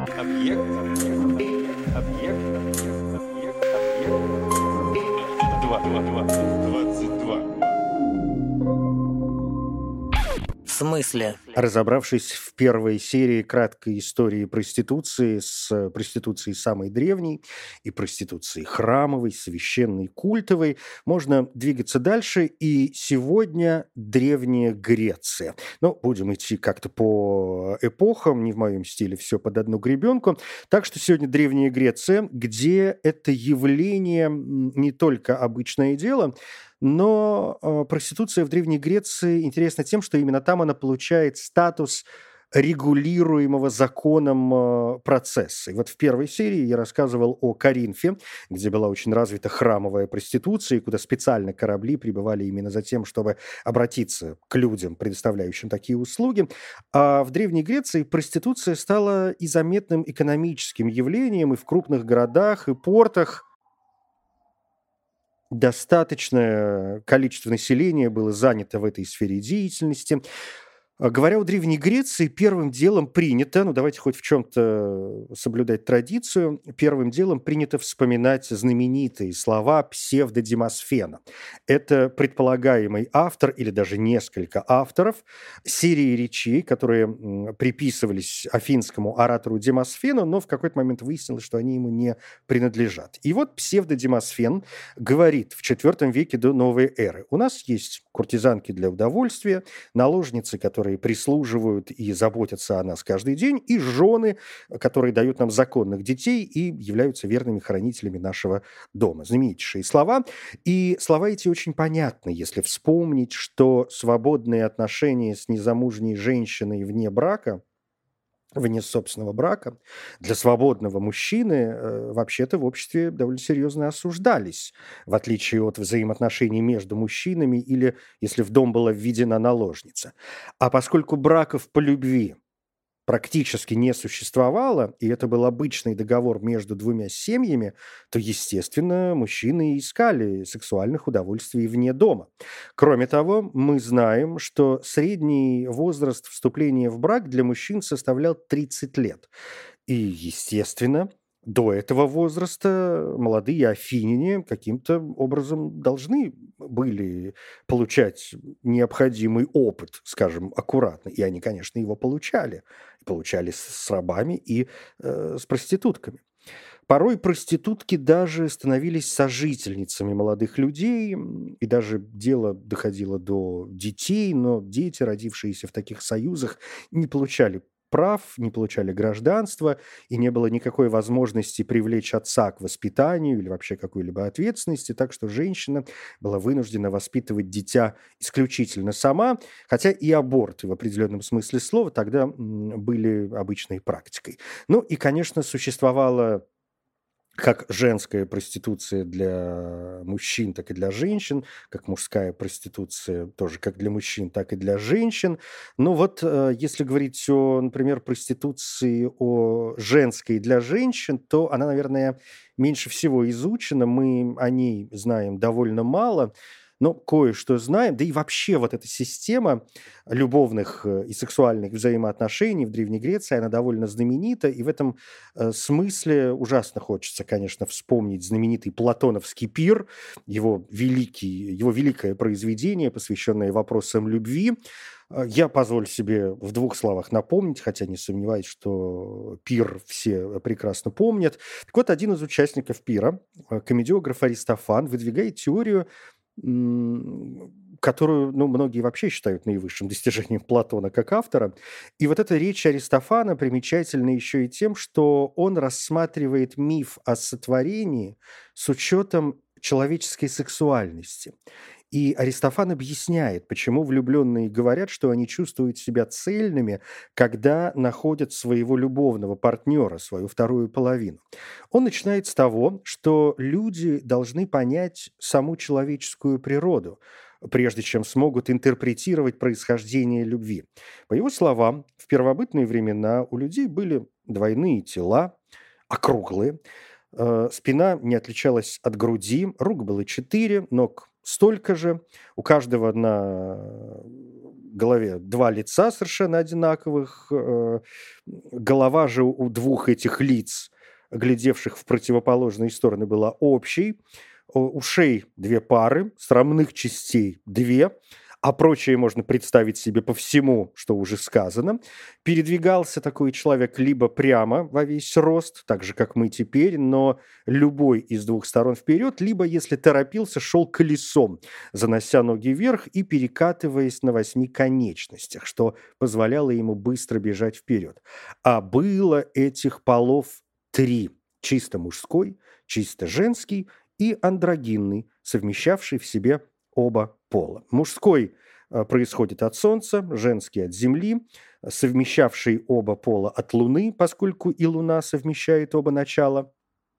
В смысле? Разобравшись в первой серии краткой истории проституции с проституцией самой древней и проституцией храмовой, священной, культовой, можно двигаться дальше. И сегодня Древняя Греция. Но будем идти как-то по эпохам, не в моем стиле, все под одну гребенку. Так что сегодня Древняя Греция, где это явление не только обычное дело, но проституция в Древней Греции интересна тем, что именно там она получает статус регулируемого законом процесса. И вот в первой серии я рассказывал о Коринфе, где была очень развита храмовая проституция, и куда специально корабли прибывали именно за тем, чтобы обратиться к людям, предоставляющим такие услуги. А в Древней Греции проституция стала и заметным экономическим явлением, и в крупных городах, и портах достаточное количество населения было занято в этой сфере деятельности. Говоря о Древней Греции, первым делом принято, давайте хоть в чем-то соблюдать традицию, первым делом принято вспоминать знаменитые слова Псевдодемосфена. Это предполагаемый автор или даже несколько авторов серии речей, которые приписывались афинскому оратору Демосфену, но в какой-то момент выяснилось, что они ему не принадлежат. И вот Псевдодемосфен говорит в IV веке до новой эры: у нас есть куртизанки для удовольствия, наложницы, которые прислуживают и заботятся о нас каждый день, и жены, которые дают нам законных детей и являются верными хранителями нашего дома. Знаменитейшие слова. И слова эти очень понятны, если вспомнить, что свободные отношения с незамужней женщиной вне брака, вне собственного брака, для свободного мужчины вообще-то в обществе довольно серьезно осуждались, в отличие от взаимоотношений между мужчинами или если в дом была введена наложница. А поскольку браков по любви практически не существовало, и это был обычный договор между двумя семьями, то, естественно, мужчины искали сексуальных удовольствий вне дома. Кроме того, мы знаем, что средний возраст вступления в брак для мужчин составлял 30 лет. И, естественно, до этого возраста молодые афиняне каким-то образом должны были получать необходимый опыт, скажем, аккуратно. И они, конечно, его получали. Получали с рабами и с проститутками. Порой проститутки даже становились сожительницами молодых людей, и даже дело доходило до детей, но дети, родившиеся в таких союзах, не получали прав, не получали гражданства, и не было никакой возможности привлечь отца к воспитанию или вообще какой-либо ответственности, так что женщина была вынуждена воспитывать дитя исключительно сама, хотя и аборты в определенном смысле слова тогда были обычной практикой. Ну и, конечно, существовала как женская проституция для мужчин, так и для женщин, как мужская проституция тоже как для мужчин, так и для женщин. Но вот если говорить о, например, проституции о женской для женщин, то она, наверное, меньше всего изучена, мы о ней знаем довольно мало, но кое-что знаем. Да и вообще вот эта система любовных и сексуальных взаимоотношений в Древней Греции, она довольно знаменита, и в этом смысле ужасно хочется, конечно, вспомнить знаменитый платоновский пир, его великое произведение, посвященное вопросам любви. Я позволю себе в двух словах напомнить, хотя не сомневаюсь, что пир все прекрасно помнят. Так вот, один из участников пира, комедиограф Аристофан, выдвигает теорию, которую, многие вообще считают наивысшим достижением Платона как автора. И вот эта речь Аристофана примечательна еще и тем, что он рассматривает миф о сотворении с учетом человеческой сексуальности. И Аристофан объясняет, почему влюбленные говорят, что они чувствуют себя цельными, когда находят своего любовного партнера, свою вторую половину. Он начинает с того, что люди должны понять саму человеческую природу, прежде чем смогут интерпретировать происхождение любви. По его словам, в первобытные времена у людей были двойные тела, округлые, спина не отличалась от груди, рук было 4, ног столько же, у каждого на голове два лица совершенно одинаковых, голова же у двух этих лиц, глядевших в противоположные стороны, была общей, ушей две пары, срамных частей две, а прочее можно представить себе по всему, что уже сказано. Передвигался такой человек либо прямо во весь рост, так же, как мы теперь, но любой из двух сторон вперед, либо, если торопился, шел колесом, занося ноги вверх и перекатываясь на 8 конечностях, что позволяло ему быстро бежать вперед. А было этих полов 3: чисто мужской, чисто женский и андрогинный, совмещавший в себе оба пола. Мужской происходит от Солнца, женский от Земли, совмещавший оба пола от Луны, поскольку и Луна совмещает оба начала.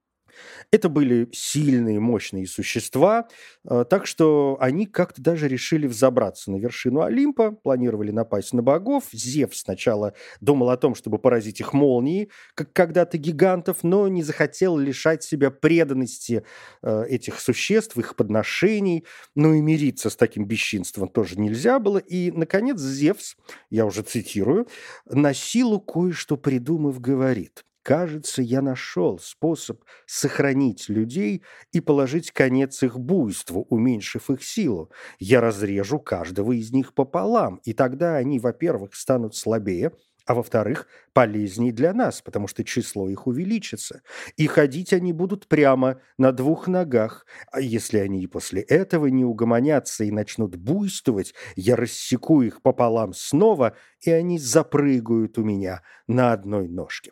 Это были сильные, мощные существа, так что они как-то даже решили взобраться на вершину Олимпа, планировали напасть на богов. Зевс сначала думал о том, чтобы поразить их молнией, как когда-то гигантов, но не захотел лишать себя преданности этих существ, их подношений, но и мириться с таким бесчинством тоже нельзя было. И, наконец, Зевс, я уже цитирую, на силу кое-что придумав, говорит: «Кажется, я нашел способ сохранить людей и положить конец их буйству, уменьшив их силу. Я разрежу каждого из них пополам, и тогда они, во-первых, станут слабее, а во-вторых, полезней для нас, потому что число их увеличится. И ходить они будут прямо на 2 ногах. А если они и после этого не угомонятся и начнут буйствовать, я рассеку их пополам снова, и они запрыгают у меня на одной ножке».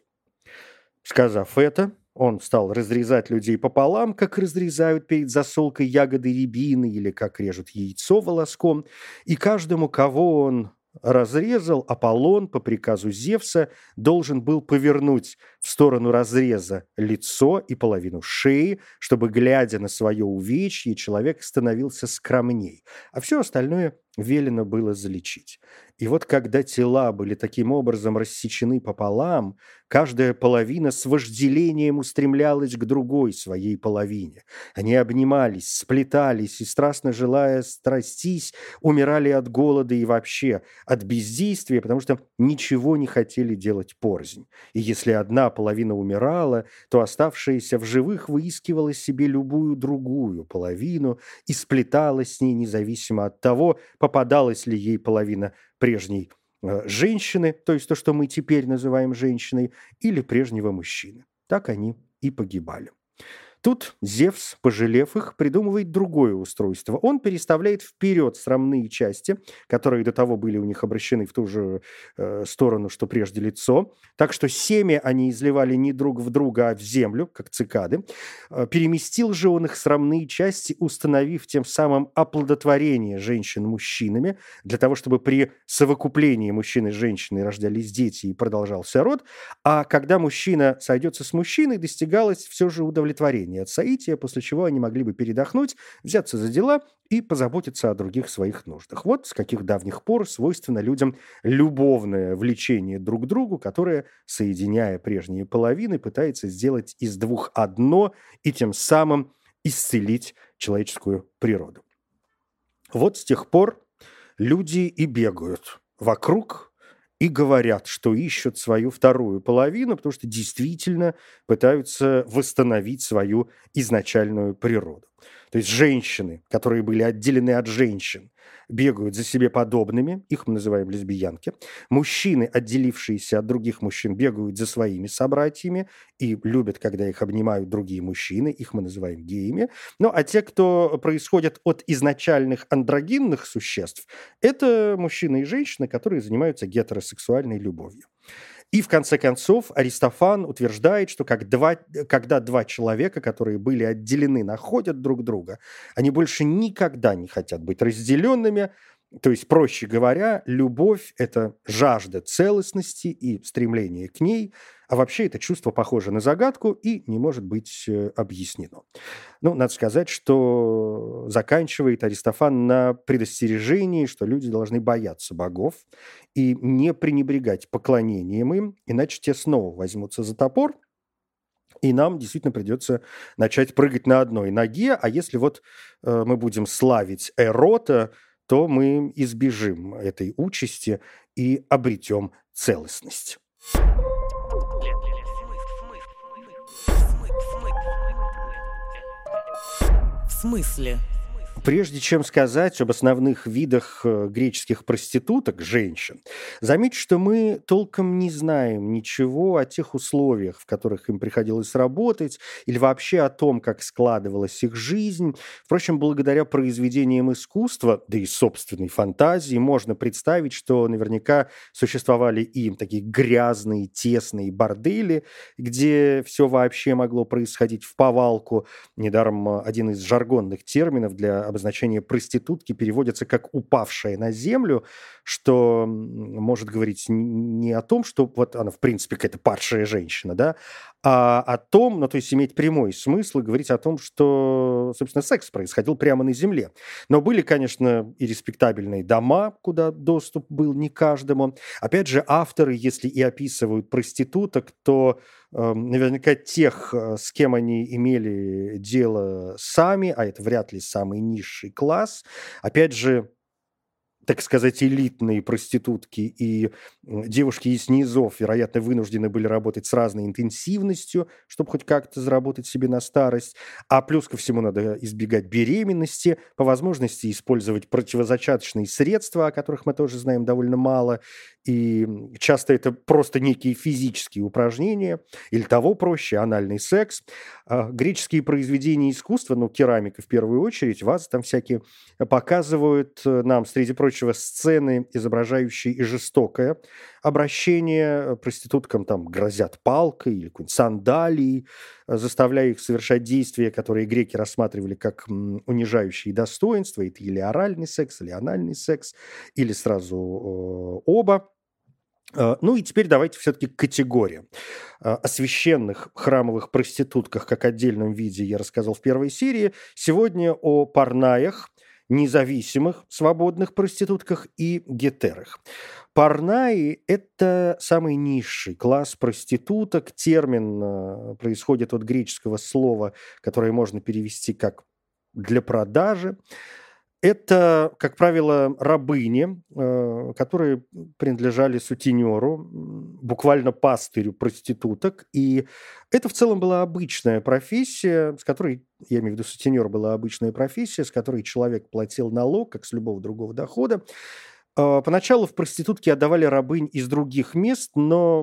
Сказав это, он стал разрезать людей пополам, как разрезают перед засолкой ягоды рябины или как режут яйцо волоском, и каждому, кого он разрезал, Аполлон по приказу Зевса должен был повернуть в сторону разреза лицо и половину шеи, чтобы, глядя на свое увечье, человек становился скромней, а все остальное велено было залечить. И вот когда тела были таким образом рассечены пополам, каждая половина с вожделением устремлялась к другой своей половине. Они обнимались, сплетались и, страстно желая страстись, умирали от голода и вообще от бездействия, потому что ничего не хотели делать порознь. И если одна половина умирала, то оставшаяся в живых выискивала себе любую другую половину и сплеталась с ней независимо от того, попадалась ли ей половина прежней женщины, то есть то, что мы теперь называем женщиной, или прежнего мужчины. Так они и погибали. Тут Зевс, пожалев их, придумывает другое устройство. Он переставляет вперед срамные части, которые до того были у них обращены в ту же сторону, что прежде лицо, так что семя они изливали не друг в друга, а в землю, как цикады. Переместил же он их срамные части, установив тем самым оплодотворение женщин мужчинами, для того, чтобы при совокуплении мужчины с женщиной рождались дети и продолжался род, а когда мужчина сойдется с мужчиной, достигалось все же удовлетворение от соития, после чего они могли бы передохнуть, взяться за дела и позаботиться о других своих нуждах. Вот с каких давних пор свойственно людям любовное влечение друг к другу, которое, соединяя прежние половины, пытается сделать из двух одно и тем самым исцелить человеческую природу. Вот с тех пор люди и бегают вокруг и говорят, что ищут свою вторую половину, потому что действительно пытаются восстановить свою изначальную природу. То есть женщины, которые были отделены от женщин, бегают за себе подобными, их мы называем лесбиянки. Мужчины, отделившиеся от других мужчин, бегают за своими собратьями и любят, когда их обнимают другие мужчины, их мы называем геями. Ну, а те, кто происходят от изначальных андрогинных существ, это мужчины и женщины, которые занимаются гетеросексуальной любовью. И, в конце концов, Аристофан утверждает, что когда два человека, которые были отделены, находят друг друга, они больше никогда не хотят быть разделенными. То есть, проще говоря, любовь – это жажда целостности и стремление к ней, а вообще это чувство похоже на загадку и не может быть объяснено. Ну, надо сказать, что заканчивает Аристофан на предостережении, что люди должны бояться богов и не пренебрегать поклонением им, иначе те снова возьмутся за топор, и нам действительно придется начать прыгать на одной ноге, а если вот мы будем славить Эрота, то мы избежим этой участи и обретем целостность. В смысле? Прежде чем сказать об основных видах греческих проституток, женщин, заметь, что мы толком не знаем ничего о тех условиях, в которых им приходилось работать, или вообще о том, как складывалась их жизнь. Впрочем, благодаря произведениям искусства, да и собственной фантазии, можно представить, что наверняка существовали и такие грязные, тесные бордели, где все вообще могло происходить вповалку. Недаром один из жаргонных терминов для обозначение проститутки переводится как «упавшая на землю», что может говорить не о том, что вот она, в принципе, какая-то падшая женщина, да, а о том, ну, то есть иметь прямой смысл и говорить о том, что, собственно, секс происходил прямо на земле. Но были, конечно, и респектабельные дома, куда доступ был не каждому. Опять же, авторы, если и описывают проституток, то наверняка тех, с кем они имели дело сами, а это вряд ли самый низший класс, опять же, так сказать, элитные проститутки и девушки из низов, вероятно, вынуждены были работать с разной интенсивностью, чтобы хоть как-то заработать себе на старость. А плюс ко всему надо избегать беременности, по возможности использовать противозачаточные средства, о которых мы тоже знаем довольно мало. И часто это просто некие физические упражнения, или того проще, анальный секс. Греческие произведения искусства, ну, керамика в первую очередь, вазы там всякие, показывают нам, среди прочего, сцены, изображающие и жестокое обращение. Проституткам там грозят палкой или какой-нибудь сандалией, заставляя их совершать действия, которые греки рассматривали как унижающие достоинства. Это или оральный секс, или анальный секс, или сразу оба. Ну и теперь давайте все-таки к категориям. О священных храмовых проститутках как отдельном виде я рассказал в первой серии. Сегодня о парнаях, независимых свободных проститутках и гетерах. Парнаи – это самый низший класс проституток. Термин происходит от греческого слова, которое можно перевести как «для продажи». Это, как правило, рабыни, которые принадлежали сутенеру, буквально пастырю проституток. И это в целом была обычная профессия, с которой, я имею в виду, сутенер была обычная профессия, с которой человек платил налог, как с любого другого дохода. Поначалу в проститутки отдавали рабынь из других мест, но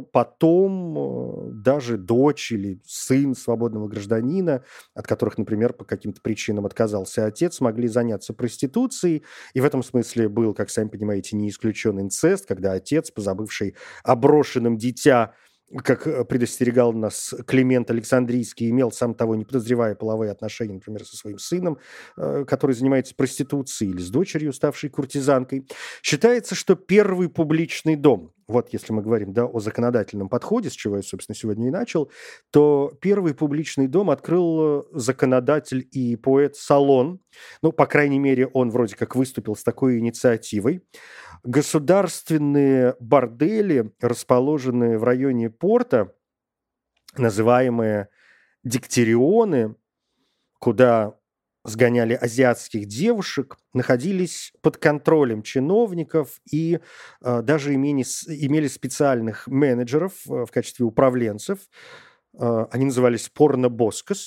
потом даже дочь или сын свободного гражданина, от которых, например, по каким-то причинам отказался отец, могли заняться проституцией. И в этом смысле был, как сами понимаете, не исключен инцест, когда отец, позабывший о брошенном дитя, как предостерегал нас Климент Александрийский, имел, сам того не подозревая, половые отношения, например, со своим сыном, который занимается проституцией, или с дочерью, ставшей куртизанкой. Считается, что первый публичный дом, вот если мы говорим, да, о законодательном подходе, с чего я, собственно, сегодня и начал, то первый публичный дом открыл законодатель и поэт Солон. Ну, по крайней мере, он вроде как выступил с такой инициативой. Государственные бордели, расположенные в районе порта, называемые диктерионы, куда сгоняли азиатских девушек, находились под контролем чиновников и даже имели специальных менеджеров в качестве управленцев. Они назывались порнобоскос.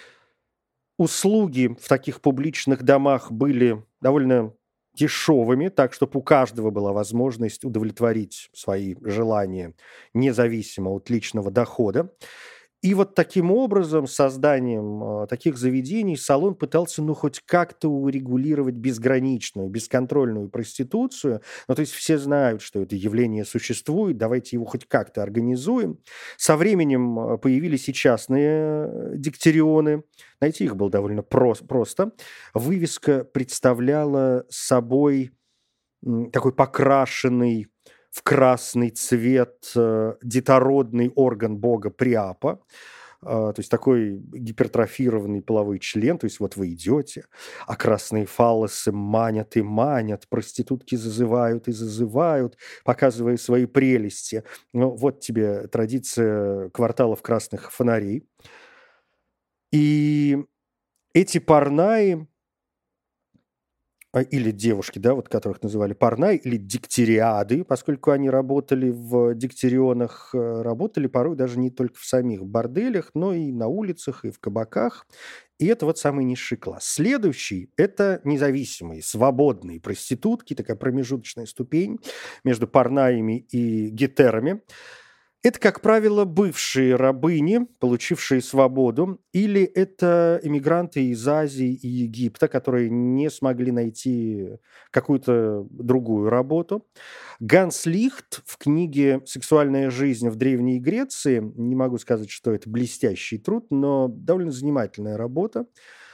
Услуги в таких публичных домах были довольно дешевыми, так, чтобы у каждого была возможность удовлетворить свои желания независимо от личного дохода. И вот таким образом, созданием таких заведений, Солон пытался, ну, хоть как-то урегулировать безграничную, бесконтрольную проституцию. Ну, то есть все знают, что это явление существует, давайте его хоть как-то организуем. Со временем появились и частные диктерионы. Найти их было довольно просто. Вывеска представляла собой такой покрашенный в красный цвет детородный орган бога Приапа, то есть такой гипертрофированный половой член, то есть вот вы идете, а красные фаллосы манят и манят, проститутки зазывают и зазывают, показывая свои прелести. Ну, вот тебе традиция кварталов красных фонарей. И эти парнаи или девушки, да, вот которых называли парнай, или диктериады, поскольку они работали в диктерионах, работали порой даже не только в самих борделях, но и на улицах, и в кабаках. И это вот самый низший класс. Следующий – это независимые, свободные проститутки, такая промежуточная ступень между парнаями и гетерами. Это, как правило, бывшие рабыни, получившие свободу, или это эмигранты из Азии и Египта, которые не смогли найти какую-то другую работу. Ганс Лихт в книге «Сексуальная жизнь в Древней Греции», не могу сказать, что это блестящий труд, но довольно занимательная работа,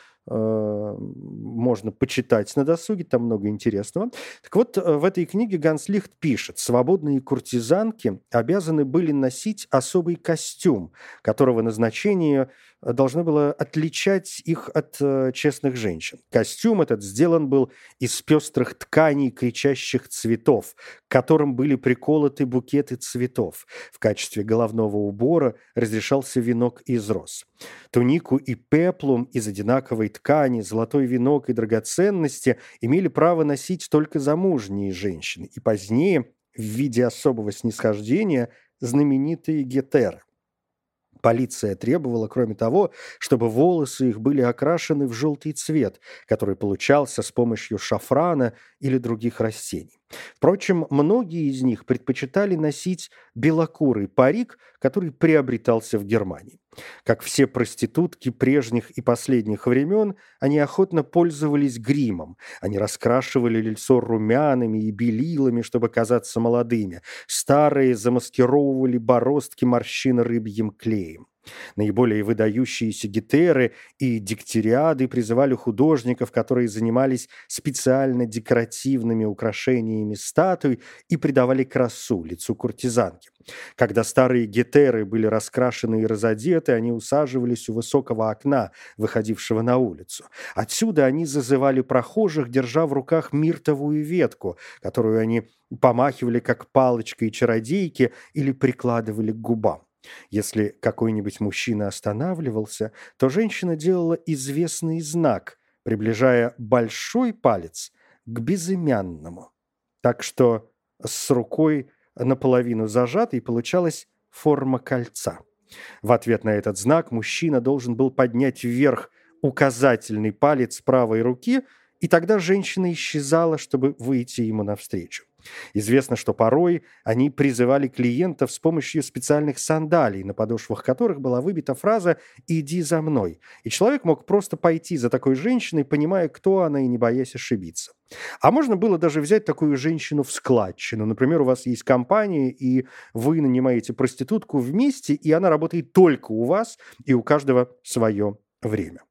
можно почитать на досуге, там много интересного. Так вот, в этой книге Ганс Лихт пишет: свободные куртизанки обязаны были носить особый костюм, которого назначение должно было отличать их от честных женщин. Костюм этот сделан был из пестрых тканей кричащих цветов, к которым были приколоты букеты цветов. В качестве головного убора разрешался венок из роз. Тунику и пеплум из одинаковой ткани, золотой венок и драгоценности имели право носить только замужние женщины, и позднее, в виде особого снисхождения, знаменитые гетеры. Полиция требовала, кроме того, чтобы волосы их были окрашены в желтый цвет, который получался с помощью шафрана или других растений. Впрочем, многие из них предпочитали носить белокурый парик, который приобретался в Германии. Как все проститутки прежних и последних времен, они охотно пользовались гримом. Они раскрашивали лицо румянами и белилами, чтобы казаться молодыми. Старые замаскировывали бороздки морщин рыбьим клеем. Наиболее выдающиеся гетеры и диктериады призывали художников, которые занимались специально декоративными украшениями статуй и придавали красу лицу куртизанки. Когда старые гетеры были раскрашены и разодеты, они усаживались у высокого окна, выходившего на улицу. Отсюда они зазывали прохожих, держа в руках миртовую ветку, которую они помахивали как палочкой чародейки или прикладывали к губам. Если какой-нибудь мужчина останавливался, то женщина делала известный знак, приближая большой палец к безымянному. Так что с рукой наполовину зажатой получалась форма кольца. В ответ на этот знак мужчина должен был поднять вверх указательный палец правой руки, и тогда женщина исчезала, чтобы выйти ему навстречу. Известно, что порой они призывали клиентов с помощью специальных сандалий, на подошвах которых была выбита фраза «иди за мной». И человек мог просто пойти за такой женщиной, понимая, кто она, и не боясь ошибиться. А можно было даже взять такую женщину в складчину. Например, у вас есть компания, и вы нанимаете проститутку вместе, и она работает только у вас, и у каждого свое время.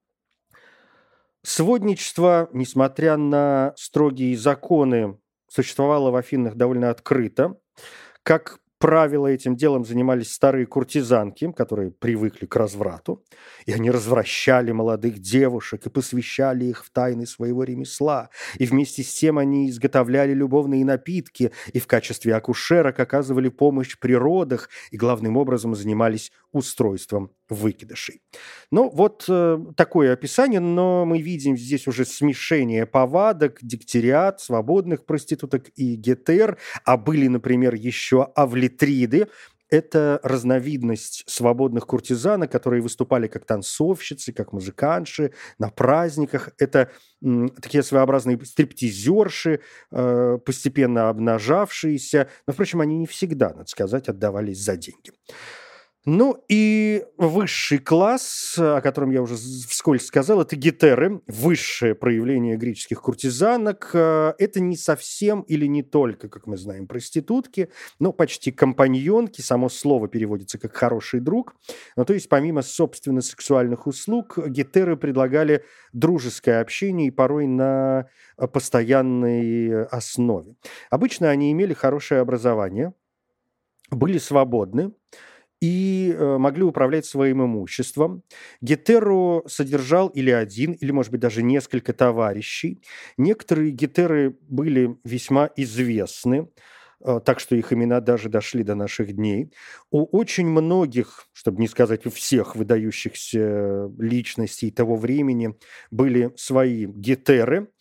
Сводничество, несмотря на строгие законы, существовало в Афинах довольно открыто. Как правило, этим делом занимались старые куртизанки, которые привыкли к разврату, и они развращали молодых девушек и посвящали их в тайны своего ремесла, и вместе с тем они изготовляли любовные напитки и в качестве акушерок оказывали помощь при родах и главным образом занимались устройством выкидышей. Ну, вот такое описание, но мы видим здесь уже смешение повадок, диктериад, свободных проституток и гетер, а были, например, еще авлитриды. Это разновидность свободных куртизанок, которые выступали как танцовщицы, как музыкантши на праздниках. Это такие своеобразные стриптизерши, постепенно обнажавшиеся. Но, впрочем, они не всегда, надо сказать, отдавались за деньги. Ну и высший класс, о котором я уже вскользь сказал, это гетеры, высшее проявление греческих куртизанок. Это не совсем или не только, как мы знаем, проститутки, но почти компаньонки. Само слово переводится как «хороший друг». Ну, то есть помимо, собственно, сексуальных услуг, гетеры предлагали дружеское общение и порой на постоянной основе. Обычно они имели хорошее образование, были свободны и могли управлять своим имуществом. Гетеру содержал или один, или, может быть, даже несколько товарищей. Некоторые гетеры были весьма известны, так что их имена даже дошли до наших дней. У очень многих, чтобы не сказать у всех выдающихся личностей того времени, были свои гетеры.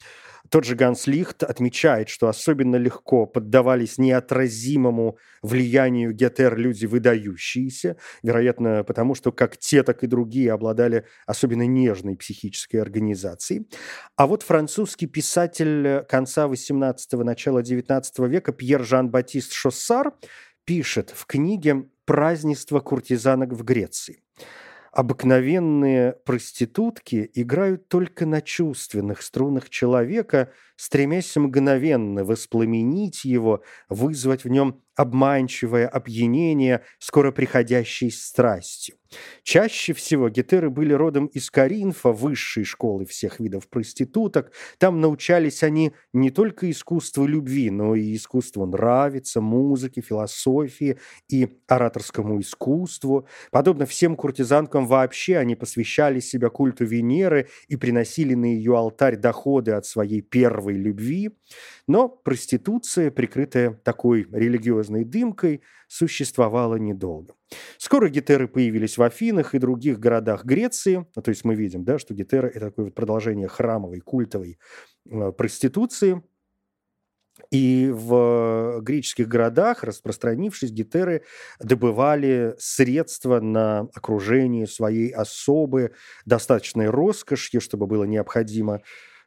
Тот же Ганс Лихт отмечает, что особенно легко поддавались неотразимому влиянию гетер люди выдающиеся, вероятно, потому что как те, так и другие обладали особенно нежной психической организацией. А вот французский писатель конца XVIII – начала XIX века Пьер Жан-Батист Шоссар пишет в книге «Празднество куртизанок в Греции». Обыкновенные проститутки играют только на чувственных струнах человека, стремясь мгновенно воспламенить его, вызвать в нем обманчивое опьянение скоро приходящей страстью. Чаще всего гетеры были родом из Коринфа, высшей школы всех видов проституток. Там научались они не только искусству любви, но и искусству нравиться, музыке, философии и ораторскому искусству. Подобно всем куртизанкам вообще, они посвящали себя культу Венеры и приносили на ее алтарь доходы от своей первой любви. Но проституция, прикрытая такой религиозной дымкой, существовала недолго. Скоро гетеры появились в Афинах и других городах Греции. То есть мы видим, да, что гетеры – это такое вот продолжение храмовой, культовой проституции. И в греческих городах, распространившись, гетеры добывали средства на окружение своей особы достаточной роскошью, что было необходимо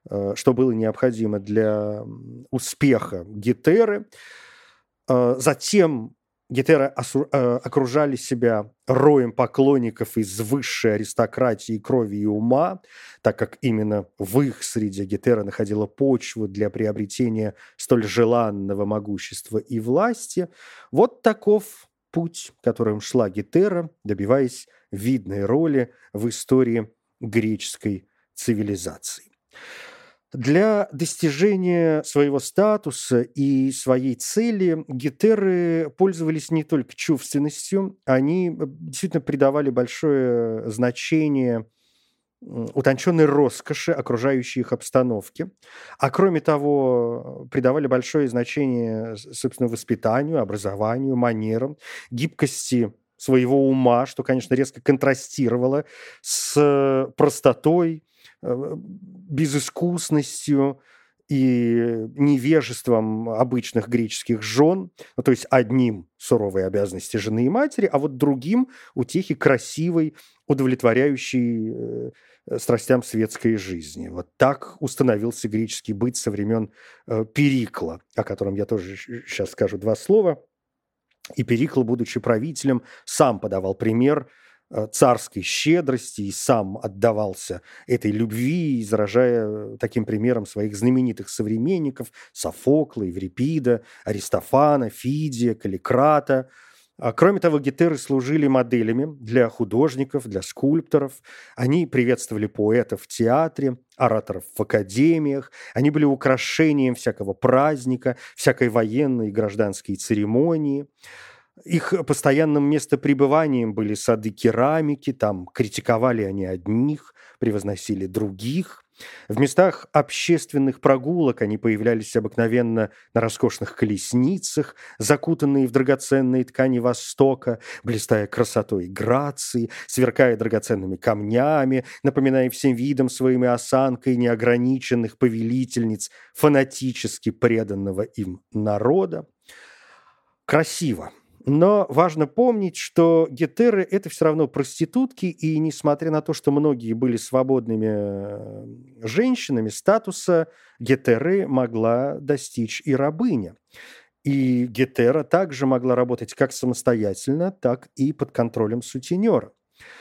для успеха гетеры. Затем гетеры окружали себя роем поклонников из высшей аристократии крови и ума, так как именно в их среде гетера находила почву для приобретения столь желанного могущества и власти. Вот таков путь, которым шла гетера, добиваясь видной роли в истории греческой цивилизации. Для достижения своего статуса и своей цели гетеры пользовались не только чувственностью, они действительно придавали большое значение утонченной роскоши окружающей их обстановки, а кроме того придавали большое значение, собственно, воспитанию, образованию, манерам, гибкости своего ума, что, конечно, резко контрастировало с простотой, безыскусностью и невежеством обычных греческих жен, то есть одним суровые обязанности жены и матери, а вот другим утехи красивой, удовлетворяющей страстям светской жизни. Вот так установился греческий быт со времен Перикла, о котором я тоже сейчас скажу два слова. И Перикл, будучи правителем, сам подавал пример царской щедрости и сам отдавался этой любви, изражая таким примером своих знаменитых современников Софокла, Еврипида, Аристофана, Фидия, Калликрата. Кроме того, гетеры служили моделями для художников, для скульпторов. Они приветствовали поэтов в театре, ораторов в академиях. Они были украшением всякого праздника, всякой военной и гражданской церемонии. Их постоянным местопребыванием были сады керамики, там критиковали они одних, превозносили других. В местах общественных прогулок они появлялись обыкновенно на роскошных колесницах, закутанные в драгоценные ткани Востока, блистая красотой и грацией, сверкая драгоценными камнями, напоминая всем видом своими осанкой неограниченных повелительниц фанатически преданного им народа. Красиво. Но важно помнить, что гетеры – это все равно проститутки, и несмотря на то, что многие были свободными женщинами, статуса гетеры могла достичь и рабыня. И гетера также могла работать как самостоятельно, так и под контролем сутенера.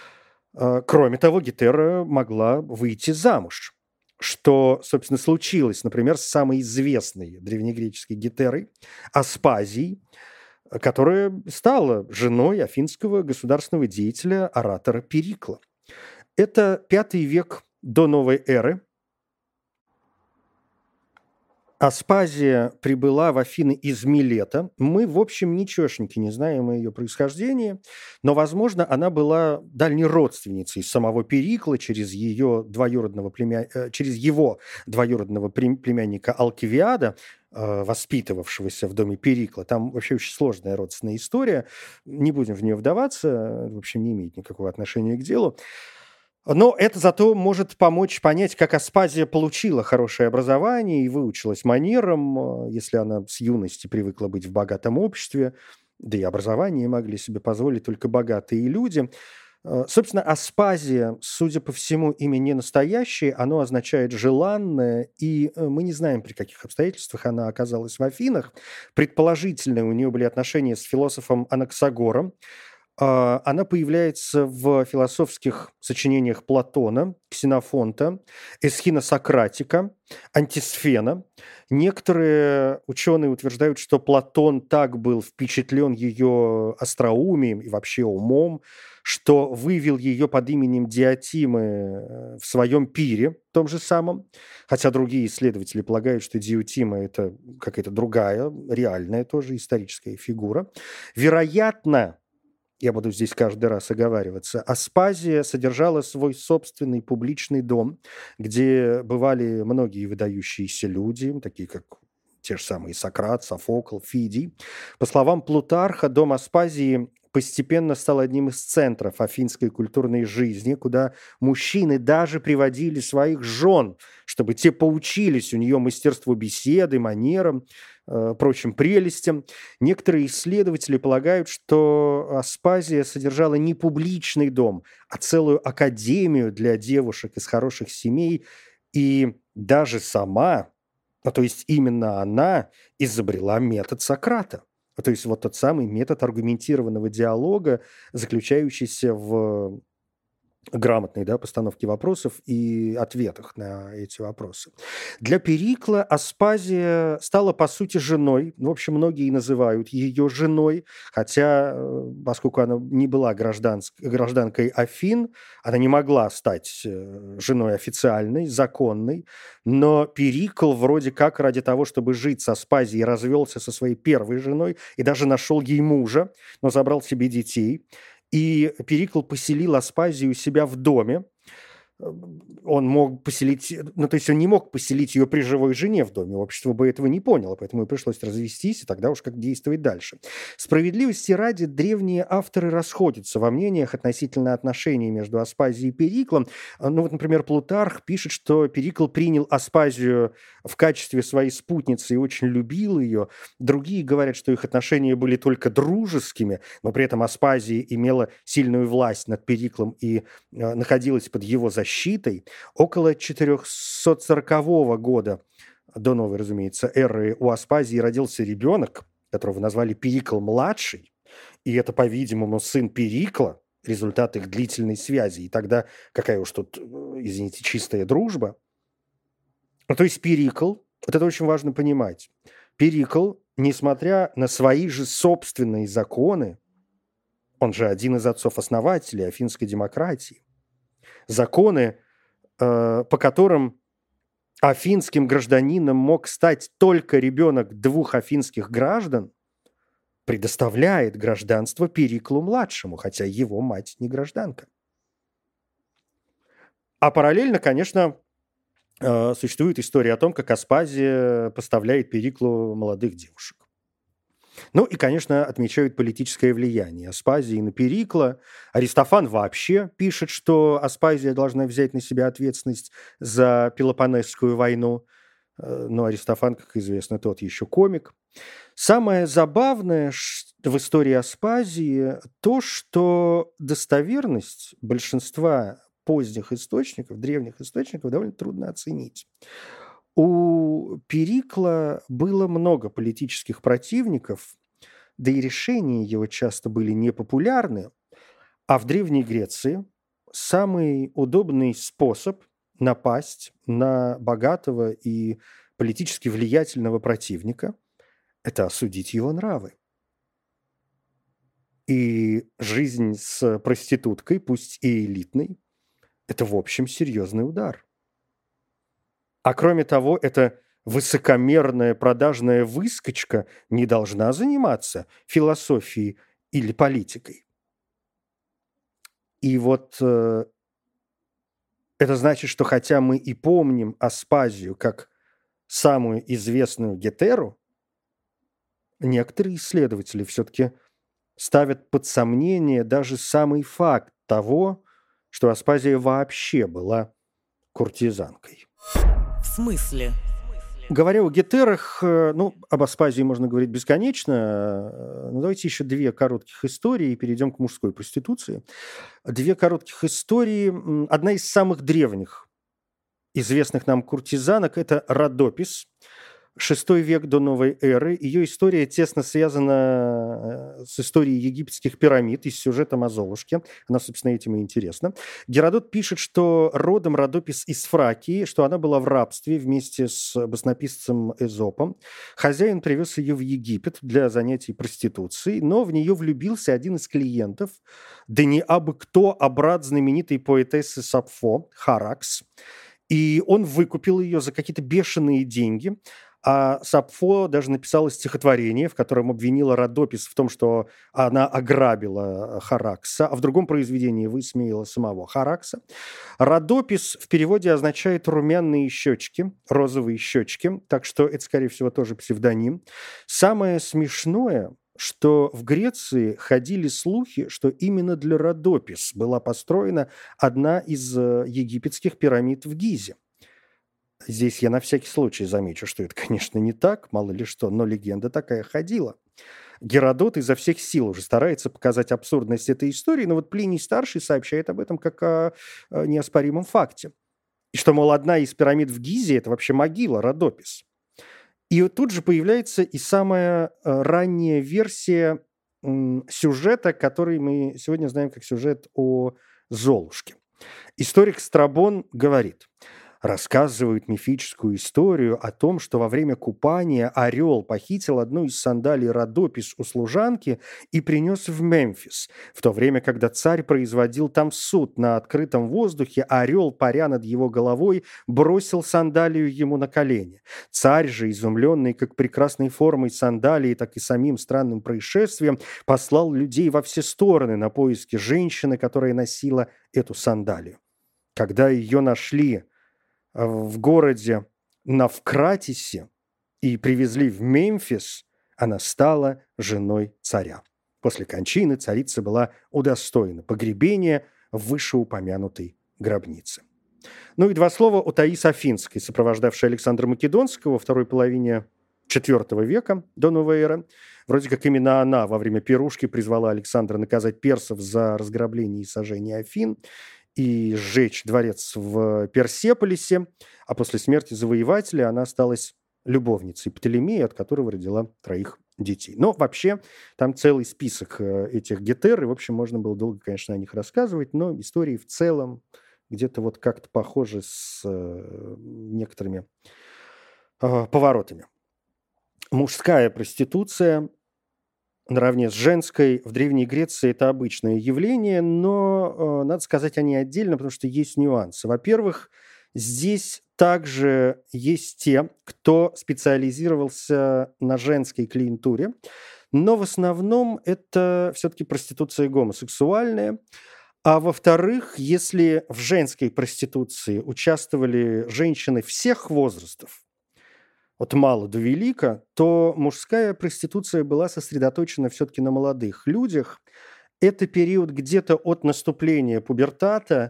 Кроме того, гетера могла выйти замуж, что, собственно, случилось, например, с самой известной древнегреческой гетерой Аспазией, которая стала женой афинского государственного деятеля, оратора Перикла. Это V век до новой эры. Аспазия прибыла в Афины из Милета. Мы, в общем, ничегошеньки не знаем о ее происхождении, но, возможно, она была дальней родственницей самого Перикла через его двоюродного племянника Алкивиада, воспитывавшегося в доме Перикла. Там вообще очень сложная родственная история. Не будем в нее вдаваться. В общем, не имеет никакого отношения к делу. Но это зато может помочь понять, как Аспазия получила хорошее образование и выучилась манерам, если она с юности привыкла быть в богатом обществе, да и образование могли себе позволить только богатые люди. Собственно, Аспазия, судя по всему, имя не настоящее, оно означает «желанное», и мы не знаем, при каких обстоятельствах она оказалась в Афинах. Предположительно, у нее были отношения с философом Анаксагором. Она появляется в философских сочинениях Платона, Ксенофонта, Эсхина Сократика, Антисфена. Некоторые ученые утверждают, что Платон так был впечатлен ее остроумием и вообще умом, что вывел ее под именем Диотимы в своем пире, том же самом, хотя другие исследователи полагают, что Диотима – это какая-то другая, реальная тоже историческая фигура. Вероятно, я буду здесь каждый раз оговариваться, Аспазия содержала свой собственный публичный дом, где бывали многие выдающиеся люди, такие как те же самые Сократ, Софокл, Фидий. По словам Плутарха, дом Аспазии постепенно стал одним из центров афинской культурной жизни, куда мужчины даже приводили своих жен, чтобы те поучились у нее мастерству беседы, манерам, прочим прелестям. Некоторые исследователи полагают, что Аспазия содержала не публичный дом, а целую академию для девушек из хороших семей, и даже сама, то есть именно она, изобрела метод Сократа. То есть вот тот самый метод аргументированного диалога, заключающийся в грамотной, да, постановке вопросов и ответах на эти вопросы. Для Перикла Аспазия стала, по сути, женой. В общем, многие называют ее женой, хотя, поскольку она не была гражданкой Афин, она не могла стать женой официальной, законной, но Перикл вроде как ради того, чтобы жить с Аспазией, развелся со своей первой женой и даже нашел ей мужа, но забрал себе детей. И Перикл поселил Аспазию у себя в доме. Он мог поселить, то есть он не мог поселить ее при живой жене в доме, общество бы этого не поняло, поэтому и пришлось развестись, и тогда уж как действовать дальше. Справедливости ради, древние авторы расходятся во мнениях относительно отношений между Аспазией и Периклом. Например, Плутарх пишет, что Перикл принял Аспазию в качестве своей спутницы и очень любил ее. Другие говорят, что их отношения были только дружескими, но при этом Аспазия имела сильную власть над Периклом и находилась под его защитой. Около 440 года до новой, разумеется, эры у Аспазии родился ребенок, которого назвали Перикл-младший, и это, по-видимому, сын Перикла, результат их длительной связи. И тогда какая уж тут, извините, чистая дружба. То есть Перикл, вот это очень важно понимать, Перикл, несмотря на свои же собственные законы, он же один из отцов-основателей афинской демократии, законы, по которым афинским гражданином мог стать только ребенок двух афинских граждан, предоставляет гражданство Периклу-младшему, хотя его мать не гражданка. А параллельно, конечно, существует история о том, как Аспазия поставляет Периклу молодых девушек. И, конечно, отмечают политическое влияние Аспазии на Перикла. Аристофан вообще пишет, что Аспазия должна взять на себя ответственность за Пелопоннесскую войну. Но Аристофан, как известно, тот еще комик. Самое забавное в истории Аспазии то, что достоверность большинства поздних источников, древних источников довольно трудно оценить. У Перикла было много политических противников, да и решения его часто были непопулярны. А в Древней Греции самый удобный способ напасть на богатого и политически влиятельного противника – это осудить его нравы. И жизнь с проституткой, пусть и элитной, это, в общем, серьезный удар. А кроме того, эта высокомерная продажная выскочка не должна заниматься философией или политикой. И вот это значит, что хотя мы и помним Аспазию как самую известную гетеру, некоторые исследователи все-таки ставят под сомнение даже самый факт того, что Аспазия вообще была куртизанкой. В смысле? Говоря о гетерах, ну, об Аспазии можно говорить бесконечно, но давайте еще две коротких истории и перейдем к мужской проституции. Две коротких истории. Одна из самых древних известных нам куртизанок – это Родопис, VI век до новой эры. Ее история тесно связана с историей египетских пирамид и с сюжетом о Золушке. Она, собственно, этим и интересна. Геродот пишет, что родом Родопис из Фракии, что она была в рабстве вместе с баснописцем Эзопом. Хозяин привез ее в Египет для занятий проституцией, но в нее влюбился один из клиентов, да не абы кто, а брат знаменитой поэтессы Сапфо, Харакс. И он выкупил ее за какие-то бешеные деньги. А Сапфо даже написала стихотворение, в котором обвинила Родопис в том, что она ограбила Харакса, а в другом произведении высмеяла самого Харакса. Родопис в переводе означает «румяные щечки», «розовые щечки», так что это, скорее всего, тоже псевдоним. Самое смешное, что в Греции ходили слухи, что именно для Родопис была построена одна из египетских пирамид в Гизе. Здесь я на всякий случай замечу, что это, конечно, не так, мало ли что, но легенда такая ходила. Геродот изо всех сил уже старается показать абсурдность этой истории, но вот Плиний-старший сообщает об этом как о неоспоримом факте. И что, мол, одна из пирамид в Гизе – это вообще могила Родопис. И вот тут же появляется и самая ранняя версия сюжета, который мы сегодня знаем как сюжет о Золушке. Историк Страбон говорит: рассказывают мифическую историю о том, что во время купания орел похитил одну из сандалий Родопис у служанки и принес в Мемфис. В то время, когда царь производил там суд на открытом воздухе, орел, паря над его головой, бросил сандалию ему на колени. Царь же, изумленный как прекрасной формой сандалии, так и самим странным происшествием, послал людей во все стороны на поиски женщины, которая носила эту сандалию. Когда ее нашли в городе Навкратисе и привезли в Мемфис, она стала женой царя. После кончины царица была удостоена погребения в вышеупомянутой гробнице. Ну и два слова о Таис Афинской, сопровождавшей Александра Македонского во второй половине IV века до новой эры. Вроде как именно она во время пирушки призвала Александра наказать персов за разграбление и сожжение Афин и сжечь дворец в Персеполисе, а после смерти завоевателя она осталась любовницей Птолемея, от которого родила 3 детей. Но вообще там целый список этих гетер, и, в общем, можно было долго, конечно, о них рассказывать, но истории в целом где-то вот как-то похожи с некоторыми поворотами. Мужская проституция наравне с женской в Древней Греции это обычное явление, но надо сказать о ней отдельно, потому что есть нюансы. Во-первых, здесь также есть те, кто специализировался на женской клиентуре, но в основном это все-таки проституция гомосексуальная. А во-вторых, если в женской проституции участвовали женщины всех возрастов, от мала до велика, то мужская проституция была сосредоточена все-таки на молодых людях. Это период где-то от наступления пубертата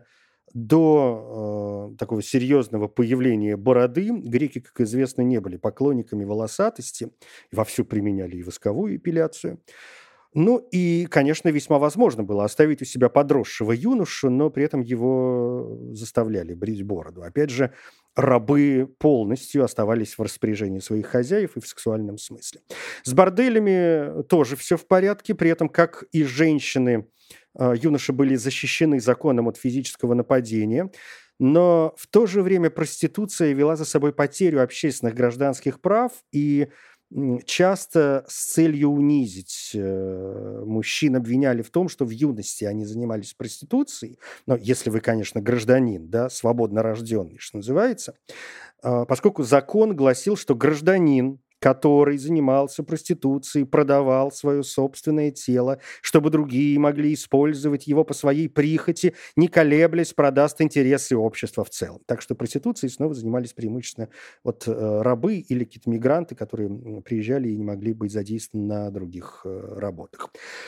до такого серьезного появления бороды. Греки, как известно, не были поклонниками волосатости, вовсю применяли и восковую эпиляцию. Ну и, конечно, весьма возможно было оставить у себя подросшего юношу, но при этом его заставляли брить бороду. Опять же, рабы полностью оставались в распоряжении своих хозяев и в сексуальном смысле. С борделями тоже все в порядке, при этом, как и женщины, юноши были защищены законом от физического нападения, но в то же время проституция вела за собой потерю общественных гражданских прав и часто с целью унизить мужчин обвиняли в том, что в юности они занимались проституцией. Но если вы, конечно, гражданин, да, свободно рожденный, что называется, поскольку закон гласил, что гражданин, который занимался проституцией, продавал свое собственное тело, чтобы другие могли использовать его по своей прихоти, не колеблясь, продаст интересы общества в целом. Так что проституцией снова занимались преимущественно рабы или какие-то мигранты, которые приезжали и не могли быть задействованы на других работах.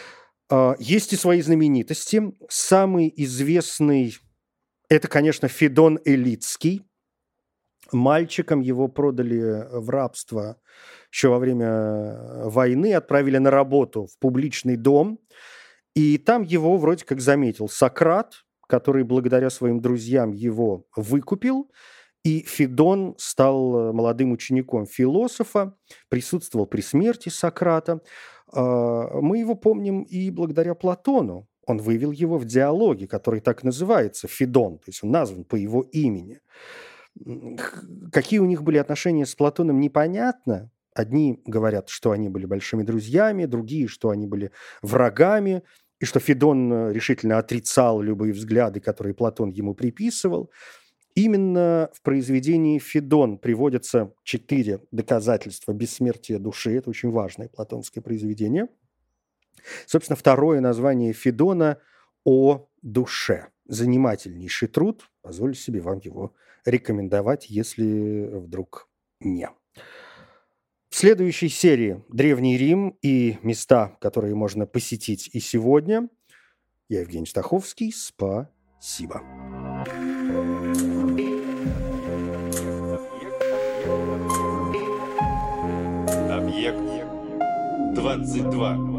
Есть и свои знаменитости. Самый известный – это, конечно, Федон Элицкий. Мальчиком его продали в рабство еще во время войны, отправили на работу в публичный дом. И там его вроде как заметил Сократ, который благодаря своим друзьям его выкупил. И Федон стал молодым учеником философа, присутствовал при смерти Сократа. Мы его помним и благодаря Платону. Он вывел его в диалоге, который так называется Федон, то есть он назван по его имени. Какие у них были отношения с Платоном, непонятно. Одни говорят, что они были большими друзьями, другие, что они были врагами, и что Федон решительно отрицал любые взгляды, которые Платон ему приписывал. Именно в произведении «Федон» приводятся 4 доказательства бессмертия души. Это очень важное платонское произведение. Собственно, второе название Федона «О душе». Занимательнейший труд. Позволю себе вам его рекомендовать, если вдруг не. В следующей серии «Древний Рим» и места, которые можно посетить и сегодня. Я Евгений Стаховский. Спасибо. Объект 22.